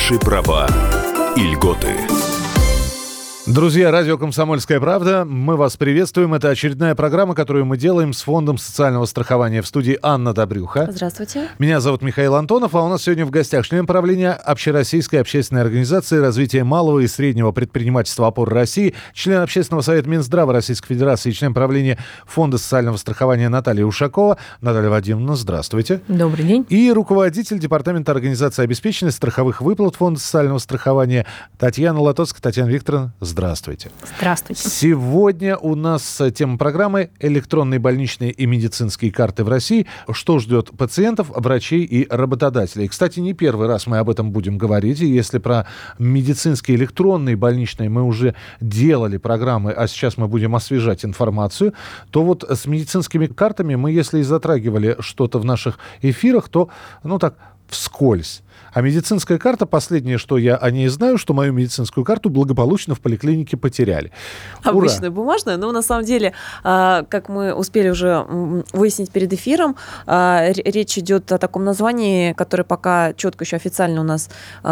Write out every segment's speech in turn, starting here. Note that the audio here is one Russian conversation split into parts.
Ваши права и льготы. Друзья, радио «Комсомольская правда», мы вас приветствуем. Это очередная программа, которую мы делаем с Фондом социального страхования. В студии Анна Добрюха. Здравствуйте. Меня зовут Михаил Антонов, а у нас сегодня в гостях член правления Общероссийской общественной организации развития малого и среднего предпринимательства «Опора России», член Общественного совета Минздрава Российской Федерации и член правления Фонда социального страхования Наталья Ушакова. Наталья Вадимовна, здравствуйте. Добрый день. И руководитель Департамента организации обеспечения страховых выплат Фонда социального страхования Татьяна Лотоцкая. Татьяна Викторовна, здравствуйте. Здравствуйте. Сегодня у нас тема программы «Электронные больничные и медицинские карты в России. Что ждет пациентов, врачей и работодателей». Кстати, не первый раз мы об этом будем говорить. И если про медицинские электронные больничные мы уже делали программы, а сейчас мы будем освежать информацию, то вот с медицинскими картами мы, если и затрагивали что-то в наших эфирах, то, вскользь. А медицинская карта, последнее, что я о ней знаю, что мою медицинскую карту благополучно в поликлинике потеряли. Обычная бумажная, но на самом деле, как мы успели уже выяснить перед эфиром, речь идет о таком названии, которое пока четко еще официально у нас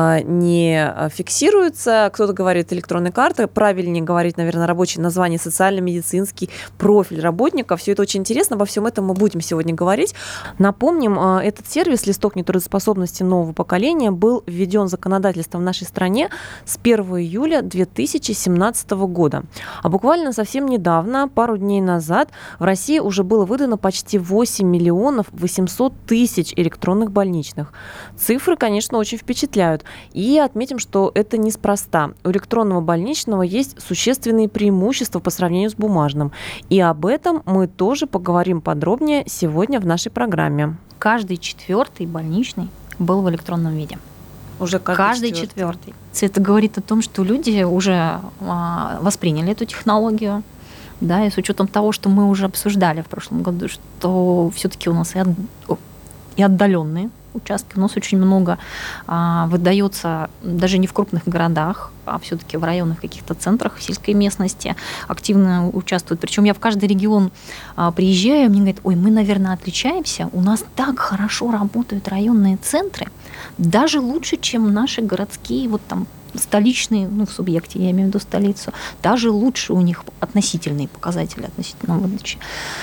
не фиксируется. Кто-то говорит электронная карта, правильнее говорить, наверное, рабочее название социально-медицинский профиль работника. Все это очень интересно, обо всем этом мы будем сегодня говорить. Напомним, этот сервис «Листок нетрудоспособности нового поколения» был введен законодательством в нашей стране с 1 июля 2017 года. А буквально совсем недавно, пару дней назад, в России уже было выдано почти 8 миллионов 800 тысяч электронных больничных. Цифры, конечно, очень впечатляют. И отметим, что это неспроста. У электронного больничного есть существенные преимущества по сравнению с бумажным. И об этом мы тоже поговорим подробнее сегодня в нашей программе. Каждый четвертый больничный был в электронном виде. Уже каждый четвертый. Это говорит о том, что люди уже восприняли эту технологию, да, и с учетом того, что мы уже обсуждали в прошлом году, что все-таки у нас и отдаленные участки, у нас очень много выдается даже не в крупных городах, а все-таки в районных каких-то центрах, в сельской местности активно участвуют. Причем я в каждый регион приезжаю, мне говорят: ой, мы, наверное, отличаемся, у нас так хорошо работают районные центры, даже лучше, чем наши городские, столичные, в субъекте, я имею в виду столицу, даже лучше у них относительные показатели относительно выдачи.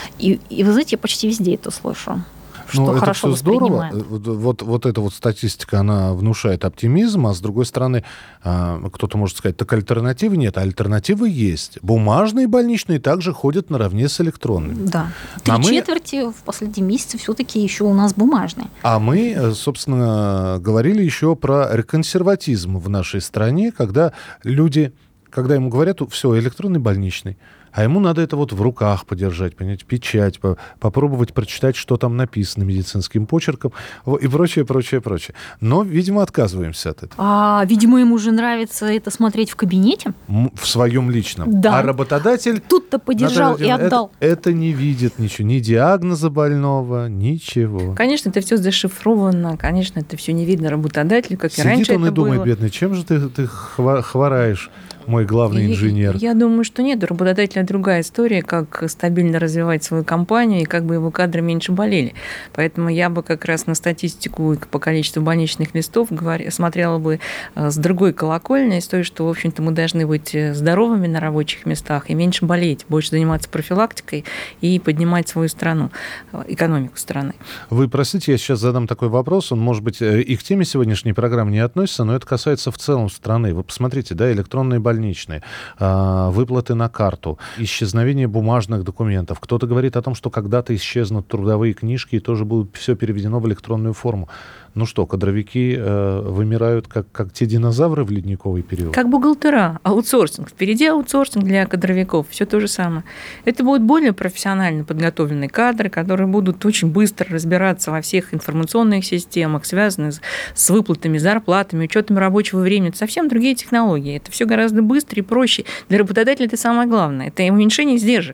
И вы знаете, я почти везде это слышу. Что это хорошо все здорово. воспринимают. Вот эта статистика, она внушает оптимизм, а с другой стороны, кто-то может сказать, так альтернативы нет. Альтернативы есть. Бумажные больничные также ходят наравне с электронными. Да. Три четверти в последние месяцы все-таки еще у нас бумажные. А мы, собственно, говорили еще про реконсерватизм в нашей стране, когда люди, когда ему говорят, все, электронный больничный, а ему надо это в руках подержать, понимаете, печать, попробовать прочитать, что там написано медицинским почерком и прочее, прочее, прочее. Но, видимо, отказываемся от этого. Видимо, ему уже нравится это смотреть в кабинете. В своем личном. Да. А работодатель... Тут-то подержал и отдал. Это не видит ничего, ни диагноза больного, ничего. Конечно, это все зашифровано, конечно, это все не видно работодателю, как и раньше Сидит он это и думает, было. бедный, чем же ты хвораешь, мой главный инженер? Я думаю, что нет. У работодателя другая история, как стабильно развивать свою компанию и как бы его кадры меньше болели. Поэтому я бы как раз на статистику по количеству больничных листов смотрела бы с другой колокольни, с той, что, в общем-то, мы должны быть здоровыми на рабочих местах и меньше болеть, больше заниматься профилактикой и поднимать свою страну, экономику страны. Вы простите, я сейчас задам такой вопрос. Он, может быть, и к теме сегодняшней программы не относится, но это касается в целом страны. Вы посмотрите, электронные больничные, выплаты на карту, исчезновение бумажных документов. Кто-то говорит о том, что когда-то исчезнут трудовые книжки и тоже будет все переведено в электронную форму. Ну что, кадровики вымирают, как те динозавры в ледниковый период? Как бухгалтера, аутсорсинг. Впереди аутсорсинг для кадровиков, все то же самое. Это будут более профессионально подготовленные кадры, которые будут очень быстро разбираться во всех информационных системах, связанных с выплатами, зарплатами, учетом рабочего времени. Это совсем другие технологии. Это все гораздо быстрее и проще. Для работодателя это самое главное. Это уменьшение издержек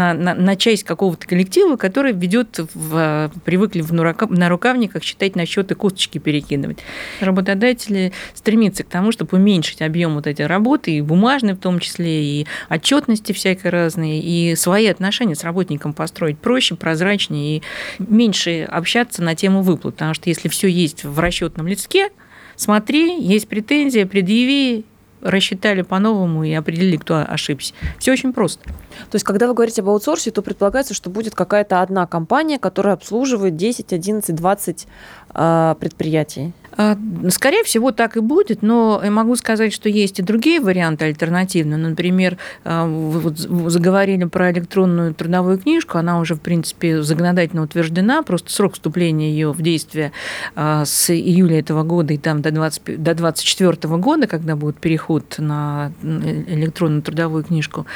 на часть какого-то коллектива, который привыкли на рукавниках считать на счеты, косточки перекидывать. Работодатели стремятся к тому, чтобы уменьшить объем этой работы, и бумажной в том числе, и отчетности всякой разные, и свои отношения с работником построить проще, прозрачнее и меньше общаться на тему выплат. Потому что если все есть в расчетном листке, Смотри, есть претензия, предъяви, рассчитали по-новому и определили, кто ошибся. Все очень просто. То есть, когда вы говорите об аутсорсе, то предполагается, что будет какая-то одна компания, которая обслуживает 10, 11, 20 предприятий. Скорее всего, так и будет, но я могу сказать, что есть и другие варианты альтернативные. Например, вы заговорили про электронную трудовую книжку, она уже, в принципе, законодательно утверждена, просто срок вступления ее в действие с июля этого года и там до 2024 года, когда будет переход на электронную трудовую книжку,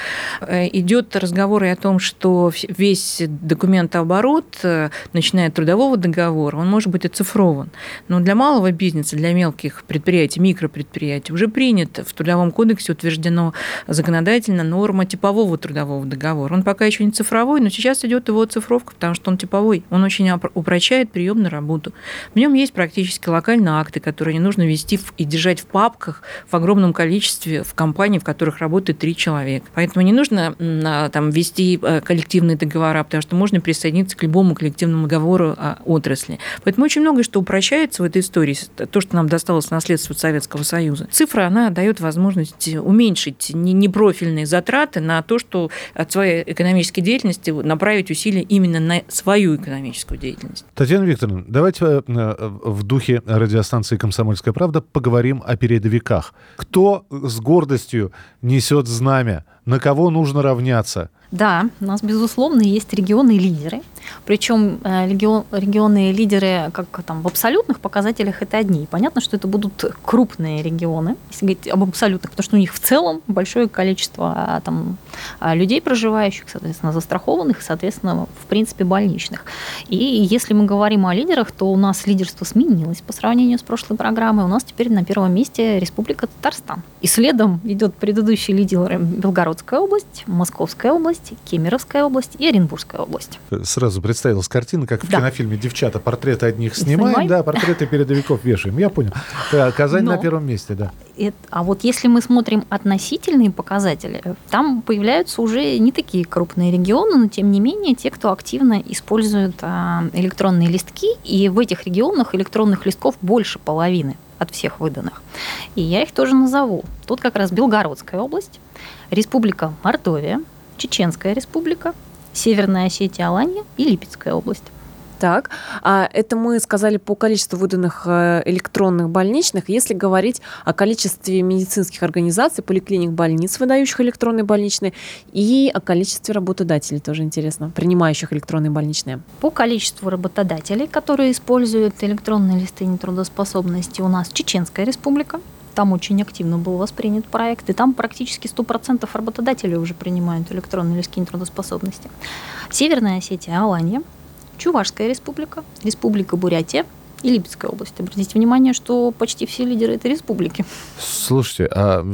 идет разговор и о том, что весь документооборот, начиная от трудового договора, он может быть оцифрован. Но для малого бизнеса, для мелких предприятий, микропредприятий уже принято, в Трудовом кодексе утверждено законодательно норма типового трудового договора. Он пока еще не цифровой, но сейчас идет его оцифровка, потому что он типовой. Он очень упрощает приемную работу. В нем есть практически локальные акты, которые не нужно вести и держать в папках в огромном количестве в компании, в которых работает 3 человека. Поэтому не нужно там вести коллективные договора, потому что можно присоединиться к любому коллективному договору отрасли. Поэтому очень многое, что упрощается в этой истории, то, что нам досталось в наследство от Советского Союза. Цифра, она дает возможность уменьшить непрофильные затраты на то, что от своей экономической деятельности направить усилия именно на свою экономическую деятельность. Татьяна Викторовна, давайте в духе радиостанции «Комсомольская правда» поговорим о передовиках. Кто с гордостью несет знамя? На кого нужно равняться? Да, у нас, безусловно, есть регионы-лидеры. Причем регионы лидеры как там в абсолютных показателях это одни. И понятно, что это будут крупные регионы, если говорить об абсолютных, потому что у них в целом большое количество там людей, проживающих, соответственно, застрахованных, и, соответственно, в принципе, больничных. И если мы говорим о лидерах, то у нас лидерство сменилось по сравнению с прошлой программой. У нас теперь на первом месте Республика Татарстан. И следом идет предыдущие лидеры Белгородская область, Московская область, Кемеровская область и Оренбургская область. Сразу представилась картина, как в кинофильме «Девчата». Портреты одних снимаем, да, портреты передовиков вешаем. Я понял. Казань на первом месте, да. А вот если мы смотрим относительные показатели, там появляются уже не такие крупные регионы, но тем не менее те, кто активно использует электронные листки, и в этих регионах электронных листков больше половины от всех выданных. И я их тоже назову. Тут как раз Белгородская область, Республика Мордовия, Чеченская республика, Северная Осетия, Алания и Липецкая область. Так, это мы сказали по количеству выданных электронных больничных. Если говорить о количестве медицинских организаций, поликлиник, больниц, выдающих электронные больничные, и о количестве работодателей, тоже интересно, принимающих электронные больничные. По количеству работодателей, которые используют электронные листы нетрудоспособности, у нас Чеченская республика. Там очень активно был воспринят проект, и там практически 100% работодателей уже принимают электронные листки нетрудоспособности. Северная Осетия, Алания, Чувашская республика, Республика Бурятия и Липецкая область. Обратите внимание, что почти все лидеры этой республики. Слушайте,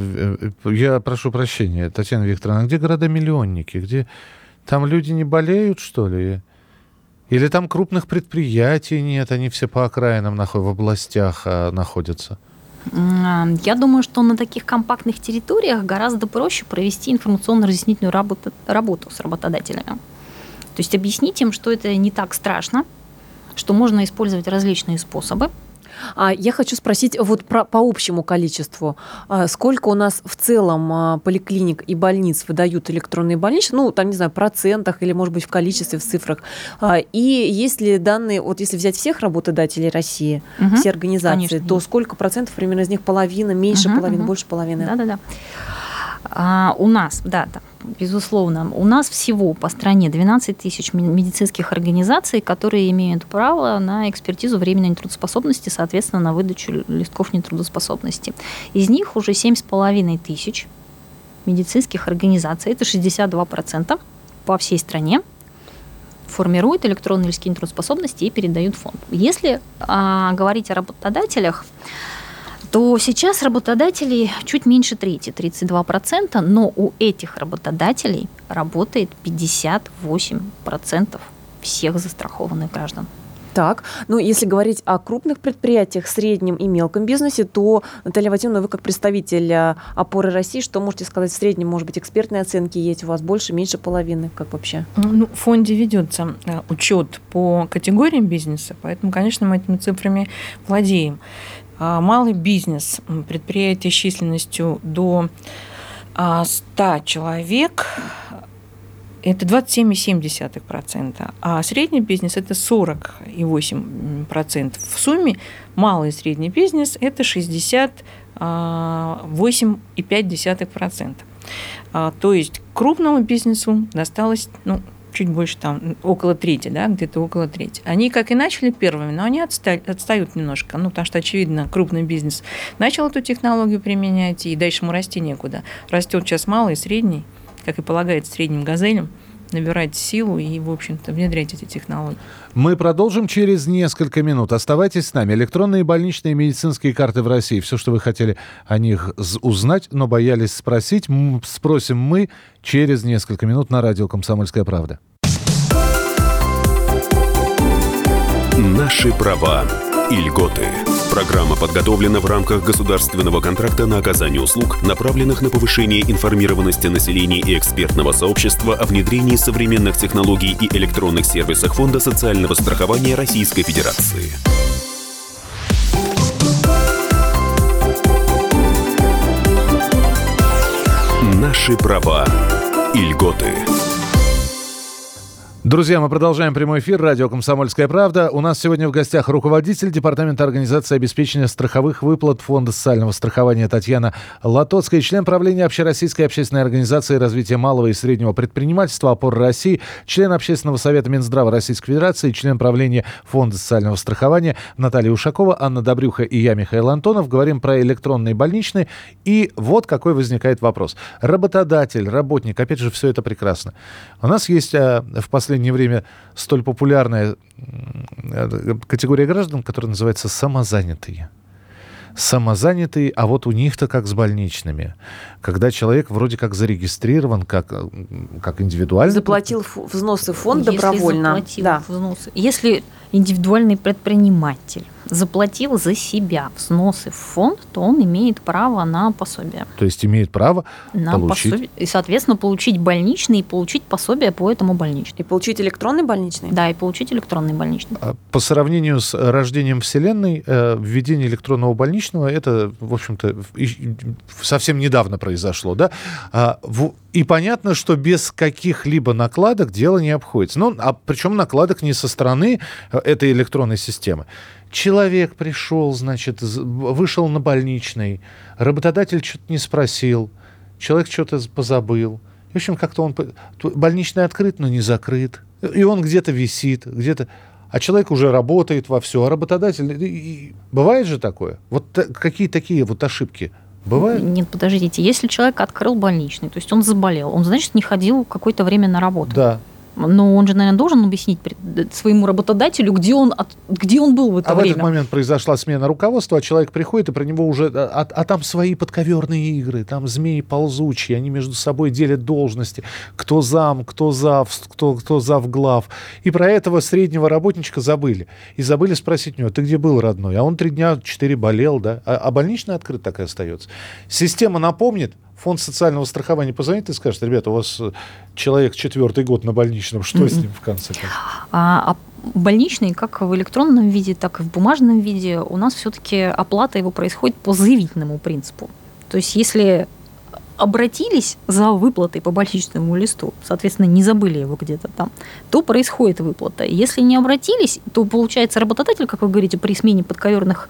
я прошу прощения, Татьяна Викторовна, где города-миллионники? Где там люди не болеют, что ли? Или там крупных предприятий нет, они все по окраинам в областях находятся? Я думаю, что на таких компактных территориях гораздо проще провести информационно-разъяснительную работу с работодателями. То есть объяснить им, что это не так страшно, что можно использовать различные способы. Я хочу спросить вот по общему количеству. Сколько у нас в целом поликлиник и больниц выдают электронные больничные? Ну, там, не знаю, в процентах или, может быть, в количестве, в цифрах. И есть ли данные, вот если взять всех работодателей России, все организации, конечно, то сколько процентов примерно из них половина, меньше половины, больше половины? Да-да-да. У нас, безусловно, у нас всего по стране 12 тысяч медицинских организаций, которые имеют право на экспертизу временной нетрудоспособности, соответственно, на выдачу листков нетрудоспособности. Из них уже 7,5 тысяч медицинских организаций, это 62% по всей стране, формируют электронные листки нетрудоспособности и передают в фонд. Если говорить о работодателях, то сейчас работодателей чуть меньше трети, 32%, но у этих работодателей работает 58% всех застрахованных граждан. Так, ну если говорить о крупных предприятиях, среднем и мелком бизнесе, то, Наталья Вадимовна, вы как представитель «Опоры России», что можете сказать в среднем? Может быть, экспертные оценки есть у вас больше, меньше половины? Как вообще? В фонде ведется учет по категориям бизнеса, поэтому, конечно, мы этими цифрами владеем. Малый бизнес, предприятия с численностью до 100 человек, это 27,7%, а средний бизнес – это 40,8%. В сумме малый и средний бизнес – это 68,5%. То есть крупному бизнесу досталось чуть больше, около трети, да, где-то около трети. Они как и начали первыми, но они отстают немножко, потому что, очевидно, крупный бизнес начал эту технологию применять, и дальше ему расти некуда. Растет сейчас малый и средний, как и полагается средним газелям, набирать силу и, в общем-то, внедрять эти технологии. Мы продолжим через несколько минут. Оставайтесь с нами. Электронные больничные и медицинские карты в России. Все, что вы хотели о них узнать, но боялись спросить, спросим мы через несколько минут на радио «Комсомольская правда». Наши права и льготы. Программа подготовлена в рамках государственного контракта на оказание услуг, направленных на повышение информированности населения и экспертного сообщества о внедрении современных технологий и электронных сервисах Фонда социального страхования Российской Федерации. Наши права и льготы. Друзья, мы продолжаем прямой эфир. Радио «Комсомольская правда». У нас сегодня в гостях руководитель Департамента организации обеспечения страховых выплат Фонда социального страхования Татьяна Латоцкая, член правления Общероссийской общественной организации развития малого и среднего предпринимательства «Опора России», член Общественного совета Минздрава Российской Федерации, член правления Фонда социального страхования Наталья Ушакова, Анна Добрюха и я, Михаил Антонов. Говорим про электронные больничные. И вот какой возникает вопрос. Работодатель, работник, опять же, все это прекрасно. У нас есть в последнее время столь популярная категория граждан, которая называется самозанятые. Самозанятые, а вот у них-то как с больничными. Когда человек вроде как зарегистрирован как индивидуальный... Заплатил взносы в фонд добровольно. Если индивидуальный предприниматель заплатил за себя взносы в фонд, то он имеет право на пособие. То есть имеет право получить... Пособие, и, соответственно, получить больничный и получить пособие по этому больничному. И получить электронный больничный? Да, и получить электронный больничный. По сравнению с рождением Вселенной, введение электронного больничного, это, в общем-то, совсем недавно произошло, да? И понятно, что без каких-либо накладок дело не обходится. Причем накладок не со стороны этой электронной системы. Человек пришел, значит, вышел на больничный, работодатель что-то не спросил, человек что-то позабыл. В общем, как-то больничный открыт, но не закрыт. И он где-то висит, где-то... А человек уже работает вовсю, а работодатель... Бывает же такое? Вот какие такие вот ошибки бывают? Нет, подождите. Если человек открыл больничный, то есть он заболел, он, значит, не ходил какое-то время на работу. Да. Но он же, наверное, должен объяснить своему работодателю, где он был в это время. В этот момент произошла смена руководства, а человек приходит, и про него уже... А там свои подковерные игры, там змеи ползучие, они между собой делят должности. Кто зам, кто зав, кто завглав. И про этого среднего работничка забыли. И забыли спросить у него: ты где был, родной? А он 3 дня, 4 болел, да? А больничный открыт так и остается. Система напомнит, Фонд социального страхования позвонит и скажет: ребята, у вас человек 4-й год на больничном, что с ним в конце концов? Больничный, как в электронном виде, так и в бумажном виде, у нас все-таки оплата его происходит по заявительному принципу. То есть если обратились за выплатой по больничному листу, соответственно, не забыли его где-то там, то происходит выплата. Если не обратились, то, получается, работодатель, как вы говорите, при смене подковерных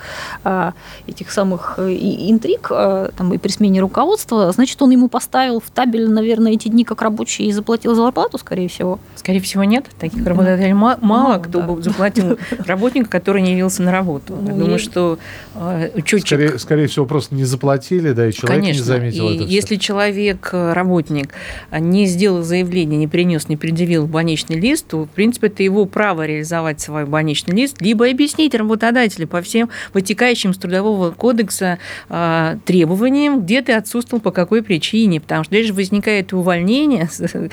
этих самых интриг и при смене руководства, значит, он ему поставил в табель, наверное, эти дни как рабочий и заплатил зарплату, скорее всего. Скорее всего, нет. Таких работодателей мало кто бы заплатил работнику, который не явился на работу. Я думаю, что учетчик... Скорее всего, просто не заплатили, да, и человек не заметил это. Если человек, работник, не сделал заявление, не принес, не предъявил больничный лист, то, в принципе, это его право реализовать свой больничный лист, либо объяснить работодателю по всем вытекающим с Трудового кодекса требованиям, где ты отсутствовал, по какой причине, потому что дальше возникает увольнение,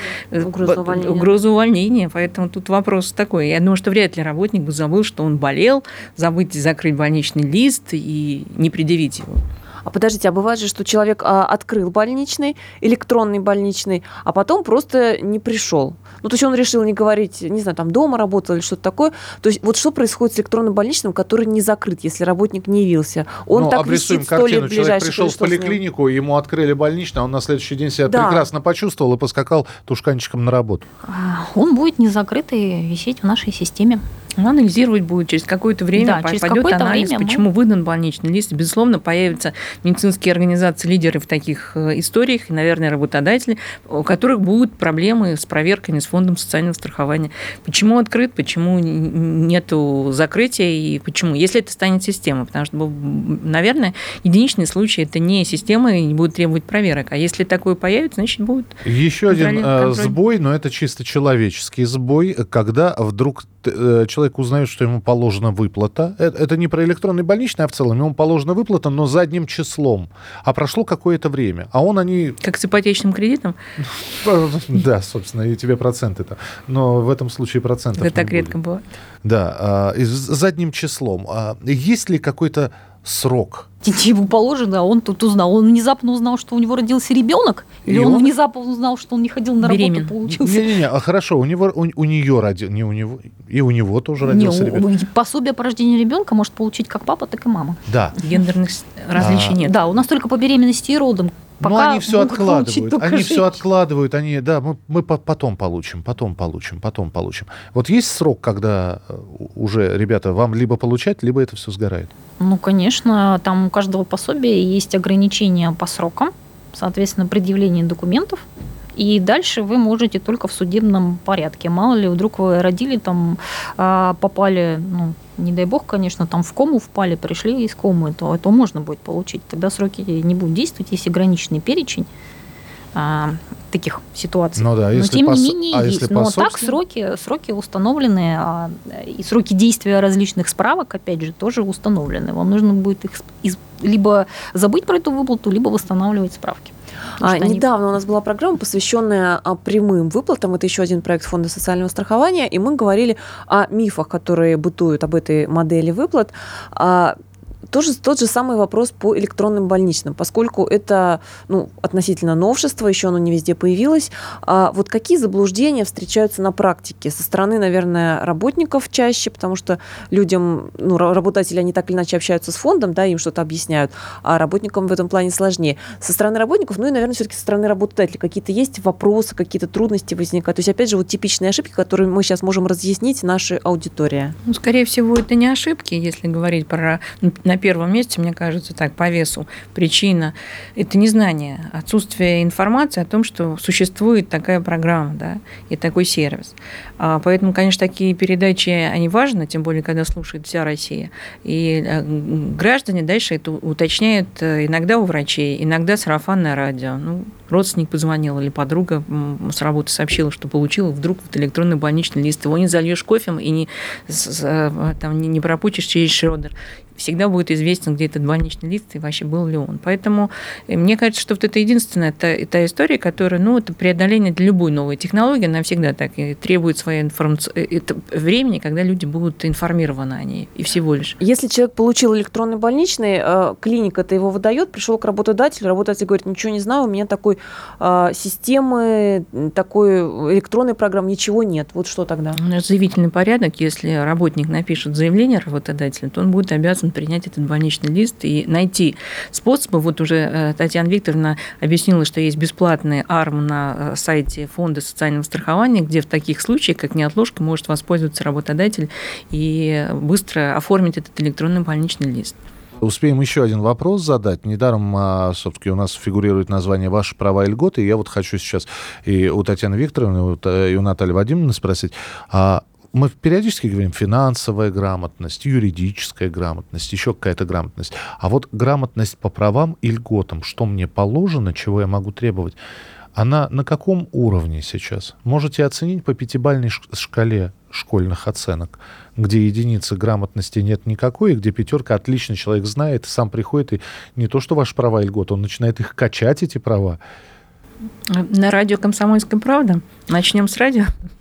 угроза увольнения, поэтому тут вопрос такой. Я думаю, что вряд ли работник бы забыл, что он болел, забыть закрыть больничный лист и не предъявить его. А подождите, а бывает же, что человек открыл больничный, электронный больничный, а потом просто не пришел. Ну, то есть он решил не говорить, не знаю, там дома работал или что-то такое. То есть вот что происходит с электронным больничным, который не закрыт, если работник не явился? Он так висит 100 лет картину. Человек ближайших. пришел в поликлинику, ему открыли больничный, а он на следующий день себя прекрасно почувствовал и поскакал тушканчиком на работу. Он будет не закрытый висеть в нашей системе. Он анализировать будет через какое-то время, пойдет анализ, почему выдан больничный лист. Безусловно, появятся медицинские организации, лидеры в таких историях, и, наверное, работодатели, у которых будут проблемы с проверками, с фондом социального страхования. Почему открыт, почему нету закрытия, и почему? Если это станет системой, потому что, наверное, единичный случай это не система и не будет требовать проверок. А если такое появится, значит, будет еще один сбой, но это чисто человеческий сбой, когда вдруг человек узнает, что ему положена выплата. Это не про электронный больничный, а в целом ему положена выплата, но задним числом. А прошло какое-то время. А они... Как с ипотечным кредитом? Да, собственно, и тебе проценты-то. Но в этом случае процентов это так редко бывает. Да, задним числом. Есть ли какой-то срок? Ему положено, а он тут узнал. Он внезапно узнал, что у него родился ребенок, или он внезапно узнал, что он не ходил на работу, получился. Не-не-не, хорошо, у нее родился, не у него, и у него тоже родился ребенок. Пособие по рождению ребенка может получить как папа, так и мама. Да. Гендерных различий нет. Да, у нас только по беременности и родам. Но они все откладывают. Мы потом получим. Вот есть срок, когда уже, ребята, вам либо получать, либо это все сгорает? Ну, конечно, там у каждого пособия есть ограничения по срокам, соответственно, предъявление документов. И дальше вы можете только в судебном порядке. Мало ли, вдруг вы родили, там, попали, не дай бог, конечно, там в кому впали, пришли из комы, это можно будет получить. Тогда сроки не будут действовать, есть ограниченный перечень таких ситуаций. Но тем не менее есть. Но так сроки установлены, и сроки действия различных справок, опять же, тоже установлены. Вам нужно будет их либо забыть про эту выплату, либо восстанавливать справки. Недавно у нас была программа, посвященная прямым выплатам. Это еще один проект Фонда социального страхования. И мы говорили о мифах, которые бытуют об этой модели выплат. Тоже тот же самый вопрос по электронным больничным, поскольку это относительно новшество, еще оно не везде появилось. Вот какие заблуждения встречаются на практике? Со стороны, наверное, работников чаще, потому что людям, работодатели, они так или иначе общаются с фондом, да, им что-то объясняют, а работникам в этом плане сложнее. Со стороны работников, и, наверное, все-таки со стороны работодателей какие-то есть вопросы, какие-то трудности возникают. То есть, опять же, вот типичные ошибки, которые мы сейчас можем разъяснить нашей аудитории. Скорее всего, это не ошибки, если говорить про... На первом месте, мне кажется, так, по весу причина – это незнание, отсутствие информации о том, что существует такая программа, да, и такой сервис. Поэтому, конечно, такие передачи, они важны, тем более, когда слушает вся Россия. И граждане дальше это уточняют иногда у врачей, иногда сарафанное радио. Родственник позвонил или подруга с работы сообщила, что получила вдруг электронный больничный лист. Его не зальешь кофем и не пропучишь через шрёдер. Всегда будет известен, где этот больничный лист и вообще был ли он. Поэтому мне кажется, что вот это единственная та история, которая, это преодоление для любой новой технологии, она всегда так и требует своей времени, когда люди будут информированы о ней, и всего лишь. Если человек получил электронный больничный, клиника-то его выдает, пришел к работодателю, работодатель говорит, ничего не знаю, у меня такой системы, такой электронной программы, ничего нет. Вот что тогда? У нас заявительный порядок. Если работник напишет заявление работодателю, то он будет обязан принять этот больничный лист и найти способы. Вот уже Татьяна Викторовна объяснила, что есть бесплатный АРМ на сайте Фонда социального страхования, где в таких случаях, как неотложка, может воспользоваться работодатель и быстро оформить этот электронный больничный лист. Успеем еще один вопрос задать. Недаром, собственно, у нас фигурирует название «Ваши права и льготы». И я вот хочу сейчас и у Татьяны Викторовны, и у Натальи Вадимовны спросить. Мы периодически говорим финансовая грамотность, юридическая грамотность, еще какая-то грамотность. А вот грамотность по правам и льготам, что мне положено, чего я могу требовать, она на каком уровне сейчас? Можете оценить по 5-бальной шкале школьных оценок, где единицы грамотности нет никакой, и где 5 отлично человек знает, сам приходит, и не то что ваши права и льготы, он начинает их качать, эти права. На радио «Комсомольская правда». Начнем с радио.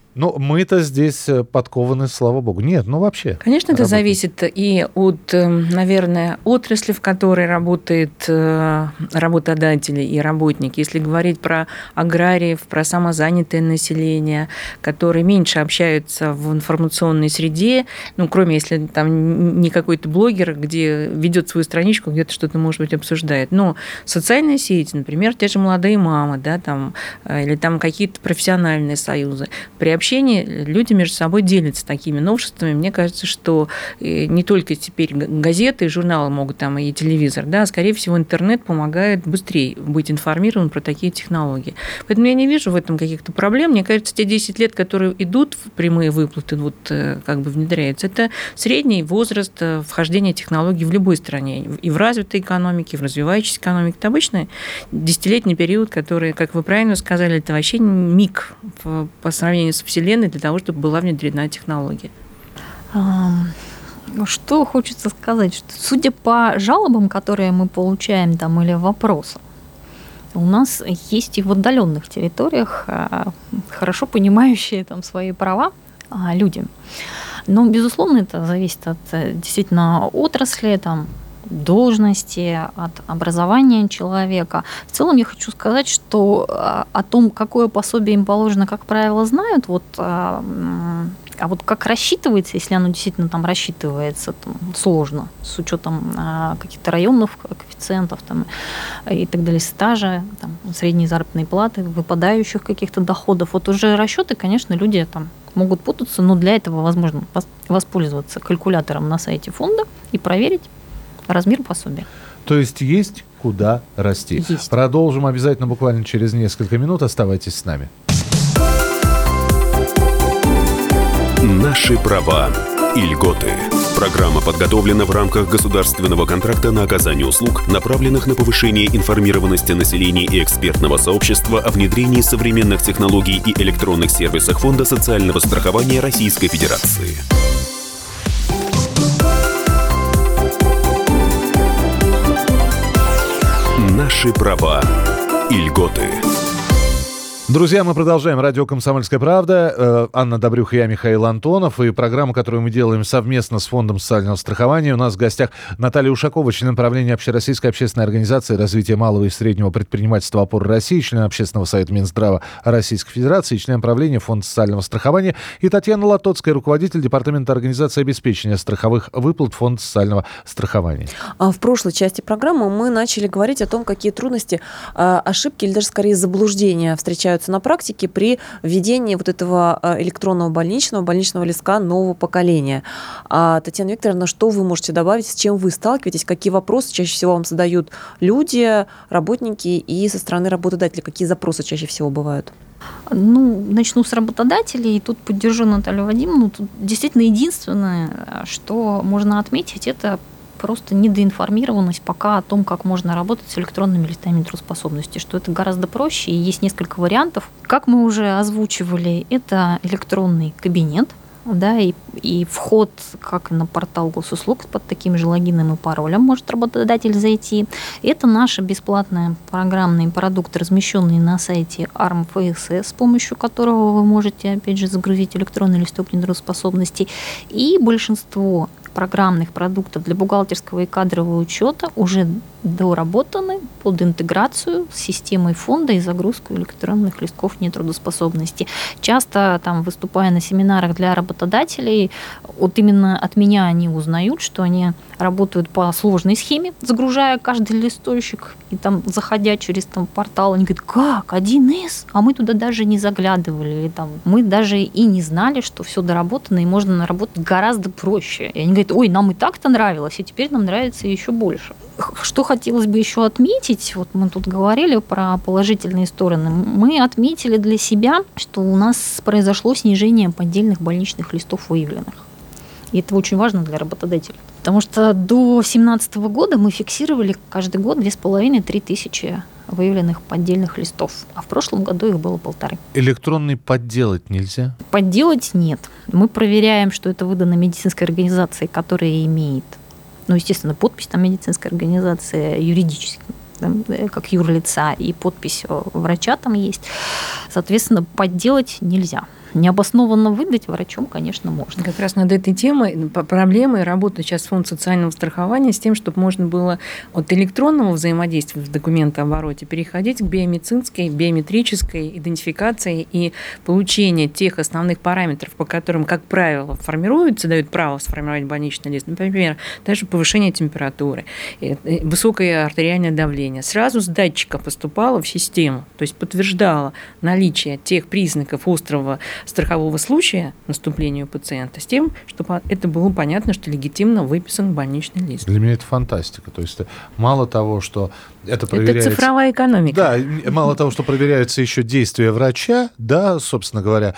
Ну, мы-то здесь подкованы, слава богу. Нет, ну вообще. Конечно, это зависит и от, наверное, отрасли, в которой работает работодатели и работники. Если говорить про аграриев, про самозанятое население, которые меньше общаются в информационной среде, ну, кроме если там не какой-то блогер, где ведет свою страничку, где-то что-то, может быть, обсуждает. Но социальные сети, например, те же молодые мамы, да, там, или там какие-то профессиональные союзы, при общении люди между собой делятся такими новшествами. Мне кажется, что не только теперь газеты и журналы могут, там, и телевизор, да, а скорее всего, интернет помогает быстрее быть информированным про такие технологии. Поэтому я не вижу в этом каких-то проблем. Мне кажется, те 10 лет, которые идут в прямые выплаты, вот как бы внедряются, это средний возраст вхождения технологий в любой стране. И в развитой экономике, и в развивающейся экономике. Это обычный десятилетний период, который, как вы правильно сказали, это вообще миг по сравнению с Вселенной для того, чтобы была внедрена технология. Что хочется сказать, что судя по жалобам, которые мы получаем там, или вопросам, у нас есть и в отдаленных территориях хорошо понимающие там свои права люди. Но, безусловно, это зависит от действительно отрасли, там, должности, от образования человека. В целом я хочу сказать, что о том, какое пособие им положено, как правило, знают. А вот как рассчитывается, если оно действительно там рассчитывается там, сложно, с учетом каких-то районных коэффициентов там, и так далее, стажа, там, средней заработной платы, выпадающих каких-то доходов. Вот уже расчеты, конечно, люди там могут путаться, но для этого возможно воспользоваться калькулятором на сайте фонда и проверить размер пособия. То есть куда расти. Есть. Продолжим обязательно буквально через несколько минут. Оставайтесь с нами. Наши права и льготы. Программа подготовлена в рамках государственного контракта на оказание услуг, направленных на повышение информированности населения и экспертного сообщества о внедрении современных технологий и электронных сервисах Фонда социального страхования Российской Федерации. Наши права и льготы. Друзья, мы продолжаем. Радио «Комсомольская правда». Анна Добрюх и я, Михаил Антонов. И программа, которую мы делаем совместно с Фондом социального страхования. У нас в гостях Наталья Ушакова, член правления Общероссийской общественной организации развития малого и среднего предпринимательства «Опора России», член Общественного совета Минздрава Российской Федерации, член правления Фонда социального страхования. И Татьяна Латоцкая, руководитель Департамента организации обеспечения страховых выплат Фонда социального страхования. В прошлой части программы мы начали говорить о том, какие трудности, ошибки или даже скорее заблуждения встречаются на практике при введении вот этого электронного больничного листка нового поколения. Татьяна Викторовна, что вы можете добавить, с чем вы сталкиваетесь, какие вопросы чаще всего вам задают люди, работники и со стороны работодателей, какие запросы чаще всего бывают? Ну, начну с работодателей, и тут поддержу Наталью Вадимовну. Тут действительно единственное, что можно отметить, это просто недоинформированность пока о том, как можно работать с электронными листами трудоспособности, что это гораздо проще, и есть несколько вариантов. Как мы уже озвучивали, это электронный кабинет, да, и вход как на портал госуслуг под таким же логином и паролем может работодатель зайти. Это наши бесплатные программные продукты, размещенные на сайте АРМ-ФСС, с помощью которого вы можете, опять же, загрузить электронный листок нетрудоспособности. И большинство программных продуктов для бухгалтерского и кадрового учета уже доработаны под интеграцию с системой фонда и загрузку электронных листков нетрудоспособности. Часто, там, выступая на семинарах для работодателей, вот именно от меня они узнают, что они работают по сложной схеме, загружая каждый листочек, и там, заходя через там, портал, они говорят: как, 1С? А мы туда даже не заглядывали. Или, там, мы даже и не знали, что все доработано, и можно наработать гораздо проще. И они говорят: ой, нам и так-то нравилось, и теперь нам нравится еще больше. Что хотелось бы еще отметить, вот мы тут говорили про положительные стороны, мы отметили для себя, что у нас произошло снижение поддельных больничных листов выявленных. И это очень важно для работодателей. Потому что до 2017 года мы фиксировали каждый год 2500-3 тысячи выявленных поддельных листов. А в прошлом году их было 1500. Электронный подделать нельзя? Подделать нет. Мы проверяем, что это выдано медицинской организацией, которая имеет, ну, естественно, подпись там медицинской организации юридически, как юрлица, и подпись врача там есть. Соответственно, подделать нельзя. необоснованно выдать врачом, конечно, можно. Как раз над этой темой, проблемой работает сейчас Фонд социального страхования с тем, чтобы можно было от электронного взаимодействия в документообороте переходить к биометрической идентификации и получения тех основных параметров, по которым, как правило, формируются, дают право сформировать больничный лист. Например, даже повышение температуры, высокое артериальное давление. Сразу с датчика поступало в систему, то есть подтверждало наличие тех признаков острого страхового случая наступления у пациента с тем, чтобы это было понятно, что легитимно выписан больничный лист. Для меня это фантастика. То есть мало того, что это проверяется... Это цифровая экономика. Да, мало того, что проверяются еще действия врача, да, собственно говоря,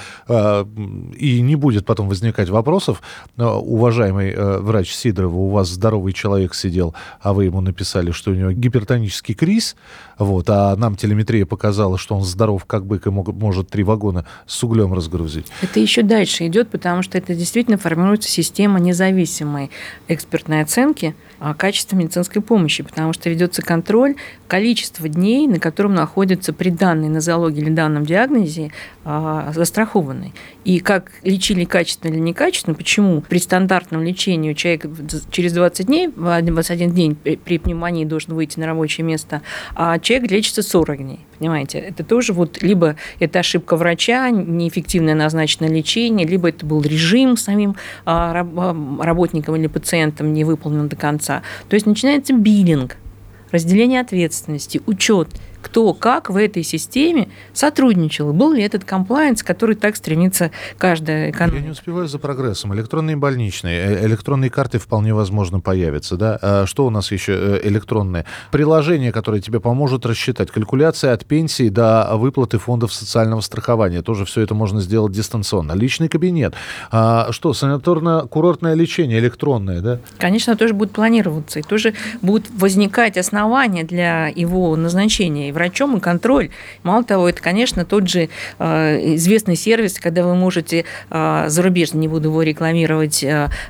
и не будет потом возникать вопросов. Уважаемый врач Сидорова, у вас здоровый человек сидел, а вы ему написали, что у него гипертонический криз, вот, а нам телеметрия показала, что он здоров как бык и может 3 вагона с углем разгрузить. Это еще дальше идет, потому что это действительно формируется система независимой экспертной оценки качества медицинской помощи, потому что ведется контроль количества дней, на котором находится при данной нозологии или данном диагнозе застрахованный. И как лечили качественно или некачественно, почему при стандартном лечении человек через 20 дней, 21 день при пневмонии должен выйти на рабочее место, а человек лечится 40 дней. Понимаете, это тоже вот либо это ошибка врача, неэффективное назначенное лечение, либо это был режим самим работником или пациентом не выполнен до конца. То есть начинается биллинг, разделение ответственности, учет, кто как в этой системе сотрудничал. Был ли этот комплаенс, который так стремится каждая экономика? Я не успеваю за прогрессом. Электронные больничные, электронные карты вполне возможно появятся. Да? Что у нас еще электронные? Приложение, которое тебе поможет рассчитать. Калькуляция от пенсии до выплаты фондов социального страхования. Тоже все это можно сделать дистанционно. Личный кабинет. Что, санаторно-курортное лечение электронное, да? Конечно, тоже будет планироваться. И тоже будут возникать основания для его назначения врачом, и контроль. Мало того, это, конечно, тот же известный сервис, когда вы можете зарубежно, не буду его рекламировать,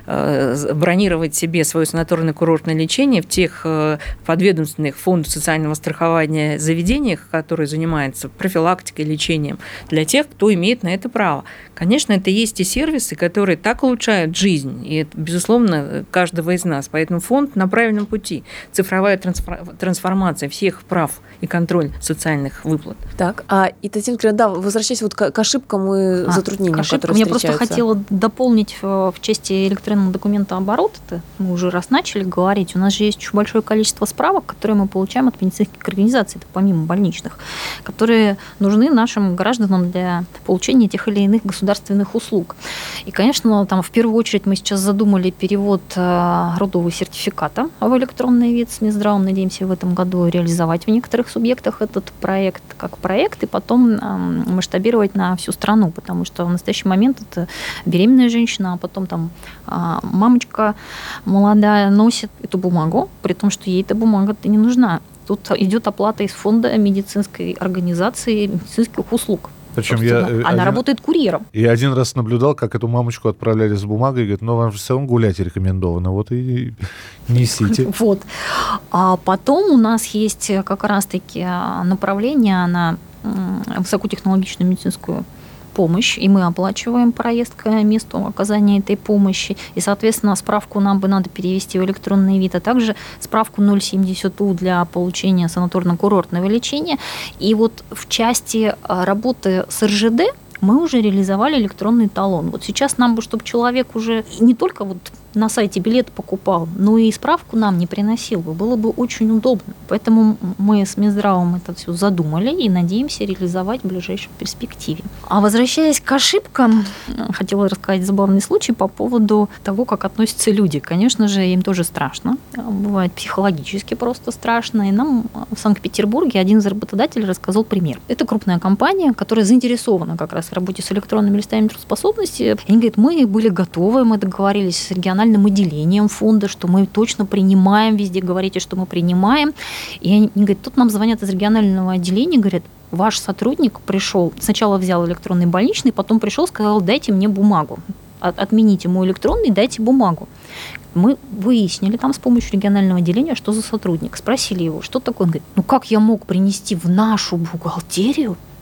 бронировать себе свое санаторно-курортное лечение в тех подведомственных фондов социального страхования заведениях, которые занимаются профилактикой, лечением, для тех, кто имеет на это право. Конечно, это есть и сервисы, которые так улучшают жизнь, и это, безусловно, каждого из нас. Поэтому фонд на правильном пути. Цифровая трансформация всех прав и контроль социальных выплат. Так, и Татьяна Кирилловна, да, возвращаясь вот к ошибкам и затруднениям, которые я встречаются. Я просто хотела дополнить в части электронного документа оборота. Мы уже раз начали говорить. У нас же есть очень большое количество справок, которые мы получаем от медицинских организаций, это помимо больничных, которые нужны нашим гражданам для получения тех или иных государственных услуг. И, конечно, там в первую очередь мы сейчас задумали перевод родового сертификата в электронный вид с Минздравом. Надеемся в этом году реализовать в некоторых субъектах этот проект как проект и потом масштабировать на всю страну, потому что в настоящий момент это беременная женщина, а потом там мамочка молодая носит эту бумагу, при том, что ей эта бумага-то не нужна. Тут идет оплата из фонда медицинской организации медицинских услуг. Причем она работает курьером. Я один раз наблюдал, как эту мамочку отправляли с бумагой, и говорит, вам же все равно гулять рекомендовано, вот и несите. Вот. А потом у нас есть как раз-таки направление на высокотехнологичную медицинскую помощь, и мы оплачиваем проезд к месту оказания этой помощи, и, соответственно, справку нам бы надо перевести в электронный вид, а также справку 070У для получения санаторно-курортного лечения. И вот в части работы с РЖД мы уже реализовали электронный талон. Вот сейчас нам бы, чтобы человек уже не только вот на сайте билет покупал, но и справку нам не приносил бы. Было бы очень удобно. Поэтому мы с Минздравом это все задумали и надеемся реализовать в ближайшей перспективе. А возвращаясь к ошибкам, хотела рассказать забавный случай по поводу того, как относятся люди. Конечно же, им тоже страшно. Бывает психологически просто страшно. И нам в Санкт-Петербурге один из работодателей рассказал пример. Это крупная компания, которая заинтересована как раз в работе с электронными листами трудоспособности. И они говорят, мы были готовы, мы договорились с региональным отделением фонда, что мы точно принимаем, везде говорите, что мы принимаем. И они говорят, тут нам звонят из регионального отделения, говорят, ваш сотрудник пришел, сначала взял электронный больничный, потом пришел, сказал, дайте мне бумагу, отмените мой электронный, дайте бумагу. Мы выяснили там с помощью регионального отделения, что за сотрудник. Спросили его, что такое. Он говорит, как я мог принести в нашу бухгалтерию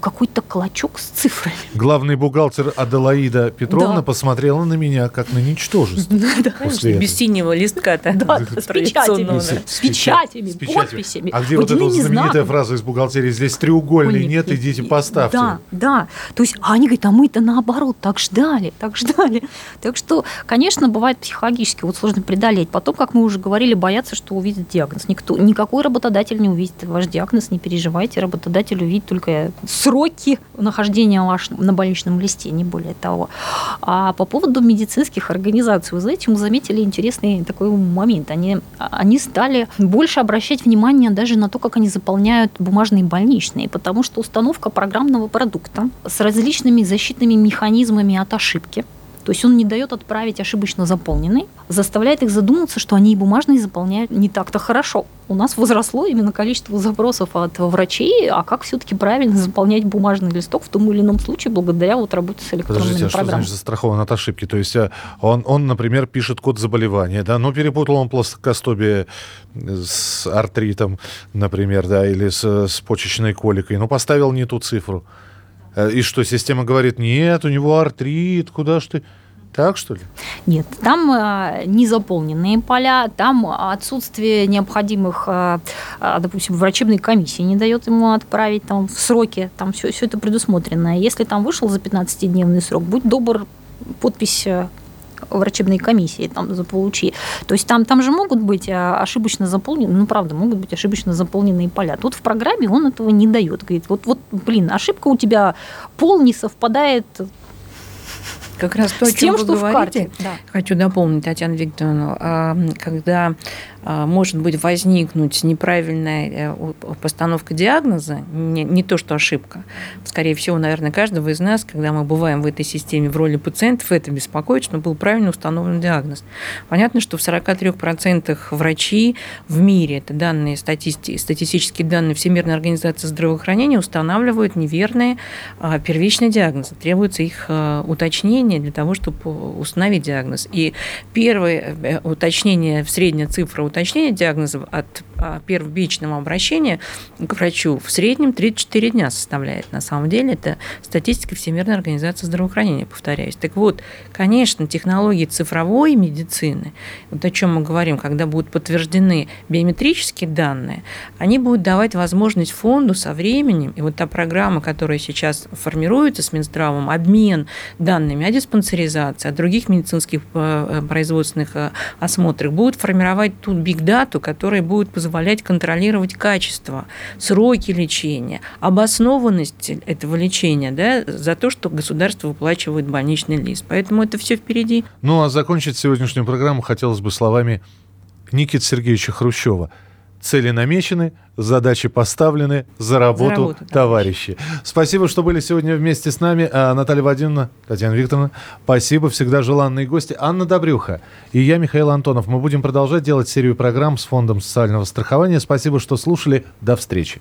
какой-то клочок с цифрами. Главный бухгалтер Аделаида Петровна посмотрела на меня как на ничтожество. Без синего листка-то. Да, с печатями, подписями. А где вот эта знаменитая фраза из бухгалтерии? Здесь треугольный нет, идите поставьте. Да. То есть они говорят, а мы-то наоборот так ждали. Так что, конечно, бывает психологически вот сложно преодолеть. Потом, как мы уже говорили, боятся, что увидят диагноз. Никакой работодатель не увидит ваш диагноз, не переживайте. Работодатель увидит только сроки нахождения вашего на больничном листе, не более того. А по поводу медицинских организаций, вы знаете, мы заметили интересный такой момент. Они стали больше обращать внимание даже на то, как они заполняют бумажные больничные, потому что установка программного продукта с различными защитными механизмами от ошибки, то есть он не дает отправить ошибочно заполненный, заставляет их задуматься, что они и бумажные заполняют не так-то хорошо. У нас возросло именно количество запросов от врачей, а как все-таки правильно заполнять бумажный листок в том или ином случае благодаря вот работе с электронными программами. Подождите, а что значит застрахован от ошибки? То есть он, например, пишет код заболевания, да, но перепутал он плоскостопие с артритом, например, да, или с почечной коликой, но поставил не ту цифру. И что, система говорит, нет, у него артрит, куда ж ты? Так, что ли? Нет, там незаполненные поля, там отсутствие необходимых, допустим, врачебной комиссии не дает ему отправить там, в сроки, там все это предусмотрено. Если там вышел за 15-дневный срок, будь добр, подпись врачебной комиссии там заполучи. То есть там же могут быть ошибочно заполнены, правда, могут быть ошибочно заполненные поля. Тут в программе он этого не дает. Говорит, ошибка у тебя пол не совпадает как раз то, с тем, что вы говорите, в карте. Да. Хочу дополнить Татьяну Викторовну, когда может быть возникнуть неправильная постановка диагноза, не то, что ошибка. Скорее всего, наверное, каждого из нас, когда мы бываем в этой системе в роли пациентов, это беспокоит, что был правильно установлен диагноз. Понятно, что в 43% врачи в мире, это данные статистические данные Всемирной организации здравоохранения, устанавливают неверные первичные диагнозы. Требуется их уточнение для того, чтобы установить диагноз. И первое уточнение, средняя цифра уточнения диагнозов от первичного обращения к врачу в среднем 34 дня составляет. На самом деле это статистика Всемирной организации здравоохранения, повторяюсь. Так вот, конечно, технологии цифровой медицины, вот о чем мы говорим, когда будут подтверждены биометрические данные, они будут давать возможность фонду со временем, и вот та программа, которая сейчас формируется с Минздравом, обмен данными о диспансеризации, о других медицинских производственных осмотрах, будет формировать ту биг-дату, которая будет позволять контролировать качество, сроки лечения, обоснованность этого лечения, да, за то, что государство выплачивает больничный лист. Поэтому это все впереди. Ну, а закончить сегодняшнюю программу хотелось бы словами Никиты Сергеевича Хрущева. Цели намечены, задачи поставлены, за работу товарищи. Спасибо, что были сегодня вместе с нами. Наталья Вадимовна, Татьяна Викторовна, спасибо. Всегда желанные гости. Анна Добрюха и я, Михаил Антонов. Мы будем продолжать делать серию программ с Фондом социального страхования. Спасибо, что слушали. До встречи.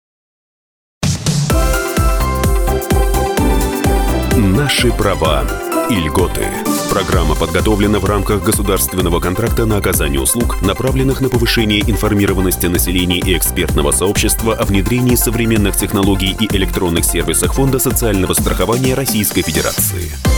Наши права и льготы. Программа подготовлена в рамках государственного контракта на оказание услуг, направленных на повышение информированности населения и экспертного сообщества о внедрении современных технологий и электронных сервисах Фонда социального страхования Российской Федерации.